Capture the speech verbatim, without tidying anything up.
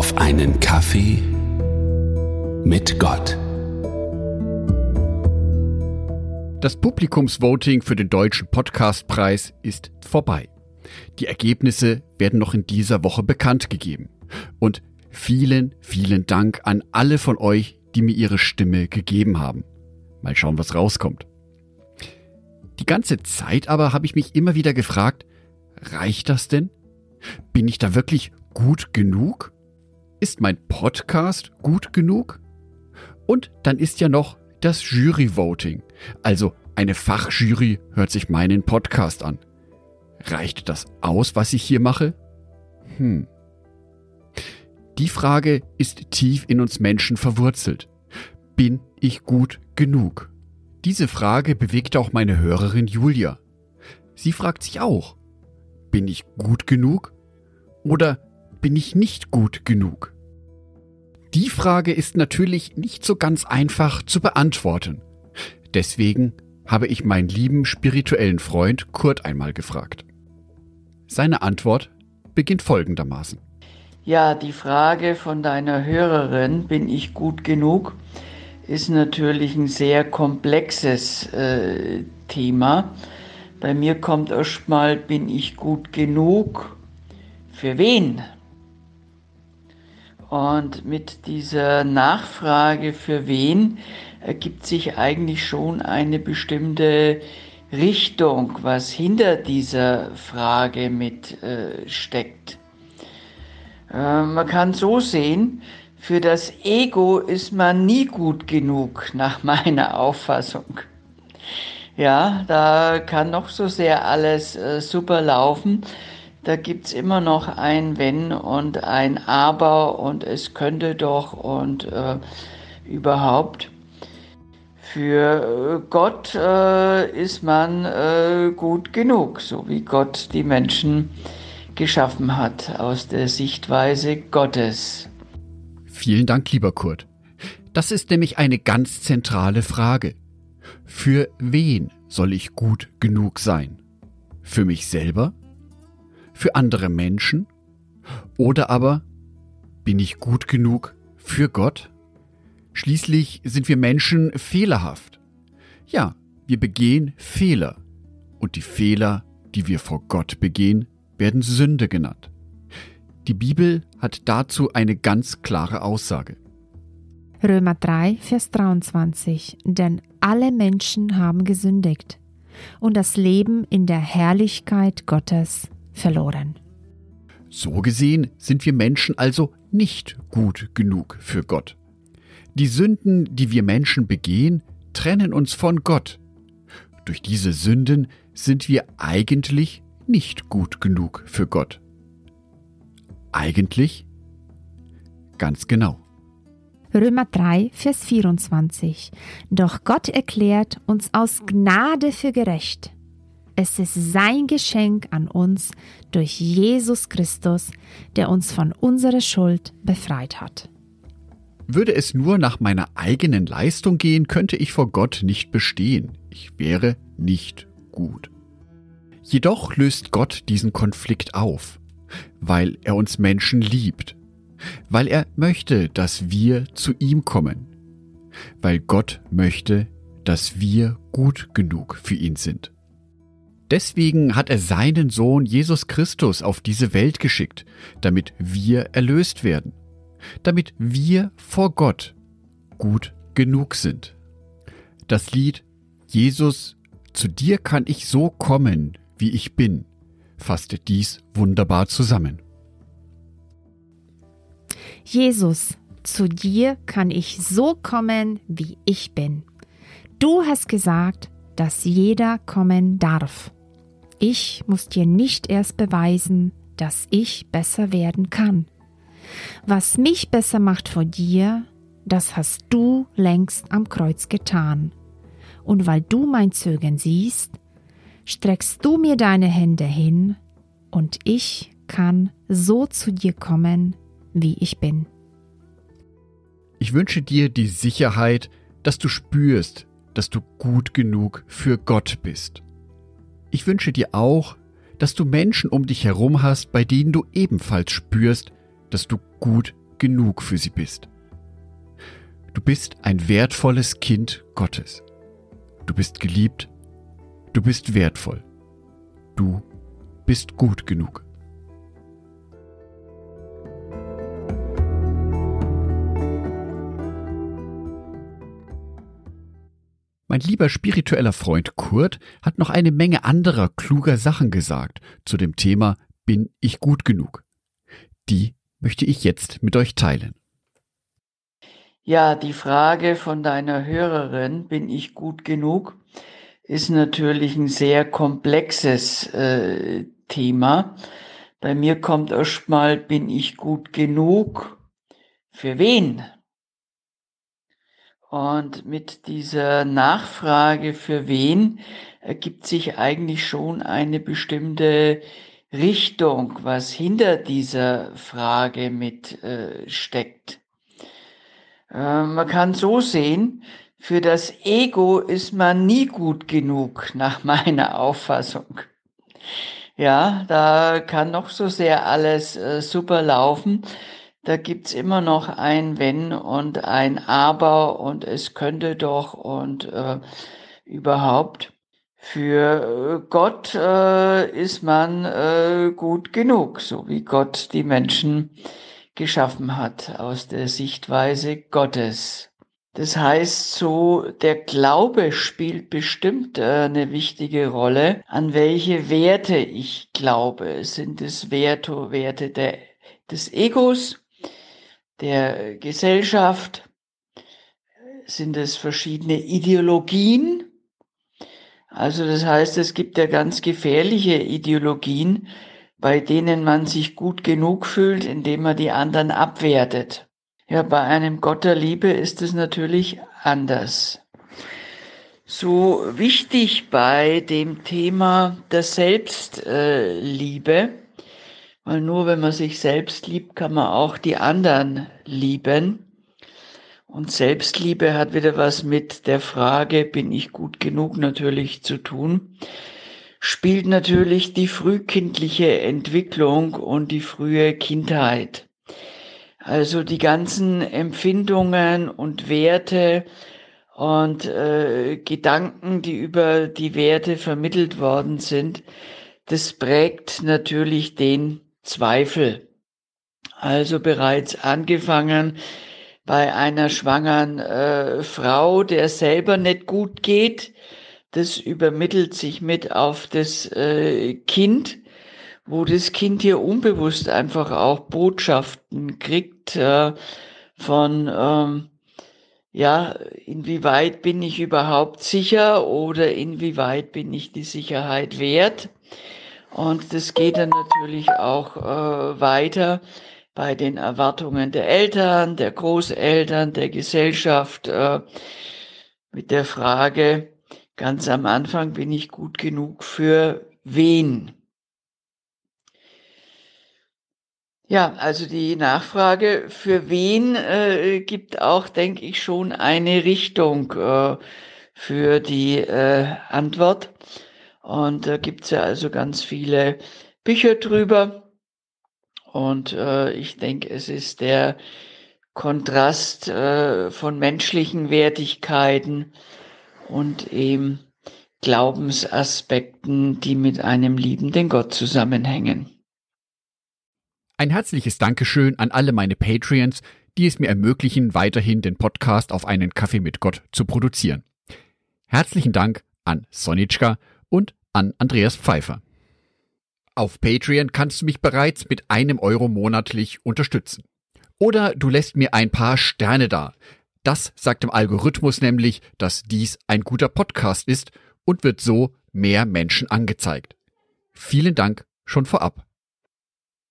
auf einen Kaffee mit Gott. Das Publikumsvoting für den Deutschen Podcastpreis ist vorbei. Die Ergebnisse werden noch in dieser Woche bekannt gegeben. Und vielen, vielen Dank an alle von euch, die mir ihre Stimme gegeben haben. Mal schauen, was rauskommt. Die ganze Zeit aber habe ich mich immer wieder gefragt, reicht das denn? Bin ich da wirklich gut genug? Ist mein Podcast gut genug? Und dann ist ja noch das Jury-Voting. Also eine Fachjury hört sich meinen Podcast an. Reicht das aus, was ich hier mache? Hm. Die Frage ist tief in uns Menschen verwurzelt. Bin ich gut genug? Diese Frage bewegt auch meine Hörerin Julia. Sie fragt sich auch, bin ich gut genug oder bin ich nicht gut genug? Die Frage ist natürlich nicht so ganz einfach zu beantworten. Deswegen habe ich meinen lieben spirituellen Freund Kurt einmal gefragt. Seine Antwort beginnt folgendermaßen. Ja, die Frage von deiner Hörerin, bin ich gut genug, ist natürlich ein sehr komplexes äh, Thema. Bei mir kommt erstmal, bin ich gut genug? Für wen? Und mit dieser Nachfrage für wen ergibt sich eigentlich schon eine bestimmte Richtung, was hinter dieser Frage mit äh, steckt. Äh, man kann so sehen, für das Ego ist man nie gut genug, nach meiner Auffassung. Ja, da kann noch so sehr alles äh, super laufen. Da gibt's immer noch ein Wenn und ein Aber und es könnte doch und äh, überhaupt. Für äh, Gott äh, ist man äh, gut genug, so wie Gott die Menschen geschaffen hat, aus der Sichtweise Gottes. Vielen Dank, lieber Kurt. Das ist nämlich eine ganz zentrale Frage. Für wen soll ich gut genug sein? Für mich selber? Für andere Menschen? Oder aber, bin ich gut genug für Gott? Schließlich sind wir Menschen fehlerhaft. Ja, wir begehen Fehler. Und die Fehler, die wir vor Gott begehen, werden Sünde genannt. Die Bibel hat dazu eine ganz klare Aussage. Römer drei, Vers dreiundzwanzig. Denn alle Menschen haben gesündigt und das Leben in der Herrlichkeit Gottes verloren. So gesehen sind wir Menschen also nicht gut genug für Gott. Die Sünden, die wir Menschen begehen, trennen uns von Gott. Durch diese Sünden sind wir eigentlich nicht gut genug für Gott. Eigentlich? Ganz genau. Römer drei, Vers vierundzwanzig. Doch Gott erklärt uns aus Gnade für gerecht. Es ist sein Geschenk an uns durch Jesus Christus, der uns von unserer Schuld befreit hat. Würde es nur nach meiner eigenen Leistung gehen, könnte ich vor Gott nicht bestehen. Ich wäre nicht gut. Jedoch löst Gott diesen Konflikt auf, weil er uns Menschen liebt, weil er möchte, dass wir zu ihm kommen, weil Gott möchte, dass wir gut genug für ihn sind. Deswegen hat er seinen Sohn Jesus Christus auf diese Welt geschickt, damit wir erlöst werden, damit wir vor Gott gut genug sind. Das Lied Jesus, zu dir kann ich so kommen, wie ich bin, fasste dies wunderbar zusammen. Jesus, zu dir kann ich so kommen, wie ich bin. Du hast gesagt, dass jeder kommen darf. Ich muss dir nicht erst beweisen, dass ich besser werden kann. Was mich besser macht vor dir, das hast du längst am Kreuz getan. Und weil du mein Zögern siehst, streckst du mir deine Hände hin und ich kann so zu dir kommen, wie ich bin. Ich wünsche dir die Sicherheit, dass du spürst, dass du gut genug für Gott bist. Ich wünsche dir auch, dass du Menschen um dich herum hast, bei denen du ebenfalls spürst, dass du gut genug für sie bist. Du bist ein wertvolles Kind Gottes. Du bist geliebt. Du bist wertvoll. Du bist gut genug. Mein lieber spiritueller Freund Kurt hat noch eine Menge anderer kluger Sachen gesagt zu dem Thema Bin ich gut genug? Die möchte ich jetzt mit euch teilen. Ja, die Frage von deiner Hörerin, bin ich gut genug, ist natürlich ein sehr komplexes äh, Thema. Bei mir kommt erstmal, bin ich gut genug? Für wen? Und mit dieser Nachfrage für wen ergibt sich eigentlich schon eine bestimmte Richtung, was hinter dieser Frage mit äh, steckt. Äh, man kann so sehen, für das Ego ist man nie gut genug, nach meiner Auffassung. Ja, da kann noch so sehr alles äh, super laufen. Da gibt's immer noch ein Wenn und ein Aber und es könnte doch und äh, überhaupt. Für äh, Gott äh, ist man äh, gut genug, so wie Gott die Menschen geschaffen hat, aus der Sichtweise Gottes. Das heißt so, der Glaube spielt bestimmt äh, eine wichtige Rolle, an welche Werte ich glaube. Sind es Werte, Werte der, des Egos, der Gesellschaft? Sind es verschiedene Ideologien? Also das heißt, es gibt ja ganz gefährliche Ideologien, bei denen man sich gut genug fühlt, indem man die anderen abwertet. Ja, bei einem Gott der Liebe ist es natürlich anders. So wichtig bei dem Thema der Selbstliebe, weil nur wenn man sich selbst liebt, kann man auch die anderen lieben. Und Selbstliebe hat wieder was mit der Frage, bin ich gut genug natürlich zu tun, spielt natürlich die frühkindliche Entwicklung und die frühe Kindheit. Also die ganzen Empfindungen und Werte und äh, Gedanken, die über die Werte vermittelt worden sind, das prägt natürlich den Zweifel. Also bereits angefangen bei einer schwangeren äh, Frau, der selber nicht gut geht, das übermittelt sich mit auf das äh, Kind, wo das Kind hier unbewusst einfach auch Botschaften kriegt äh, von, ähm, ja, inwieweit bin ich überhaupt sicher oder inwieweit bin ich die Sicherheit wert? Und das geht dann natürlich auch äh, weiter bei den Erwartungen der Eltern, der Großeltern, der Gesellschaft, äh, mit der Frage, ganz am Anfang, bin ich gut genug für wen? Ja, also die Nachfrage für wen äh, gibt auch, denke ich, schon eine Richtung äh, für die äh, Antwort. Und da gibt's ja also ganz viele Bücher drüber. Und äh, ich denke, es ist der Kontrast äh, von menschlichen Wertigkeiten und eben Glaubensaspekten, die mit einem liebenden Gott zusammenhängen. Ein herzliches Dankeschön an alle meine Patreons, die es mir ermöglichen, weiterhin den Podcast auf einen Kaffee mit Gott zu produzieren. Herzlichen Dank an Sonitschka und an Andreas Pfeiffer. Auf Patreon kannst du mich bereits mit einem Euro monatlich unterstützen. Oder du lässt mir ein paar Sterne da. Das sagt dem Algorithmus nämlich, dass dies ein guter Podcast ist und wird so mehr Menschen angezeigt. Vielen Dank schon vorab.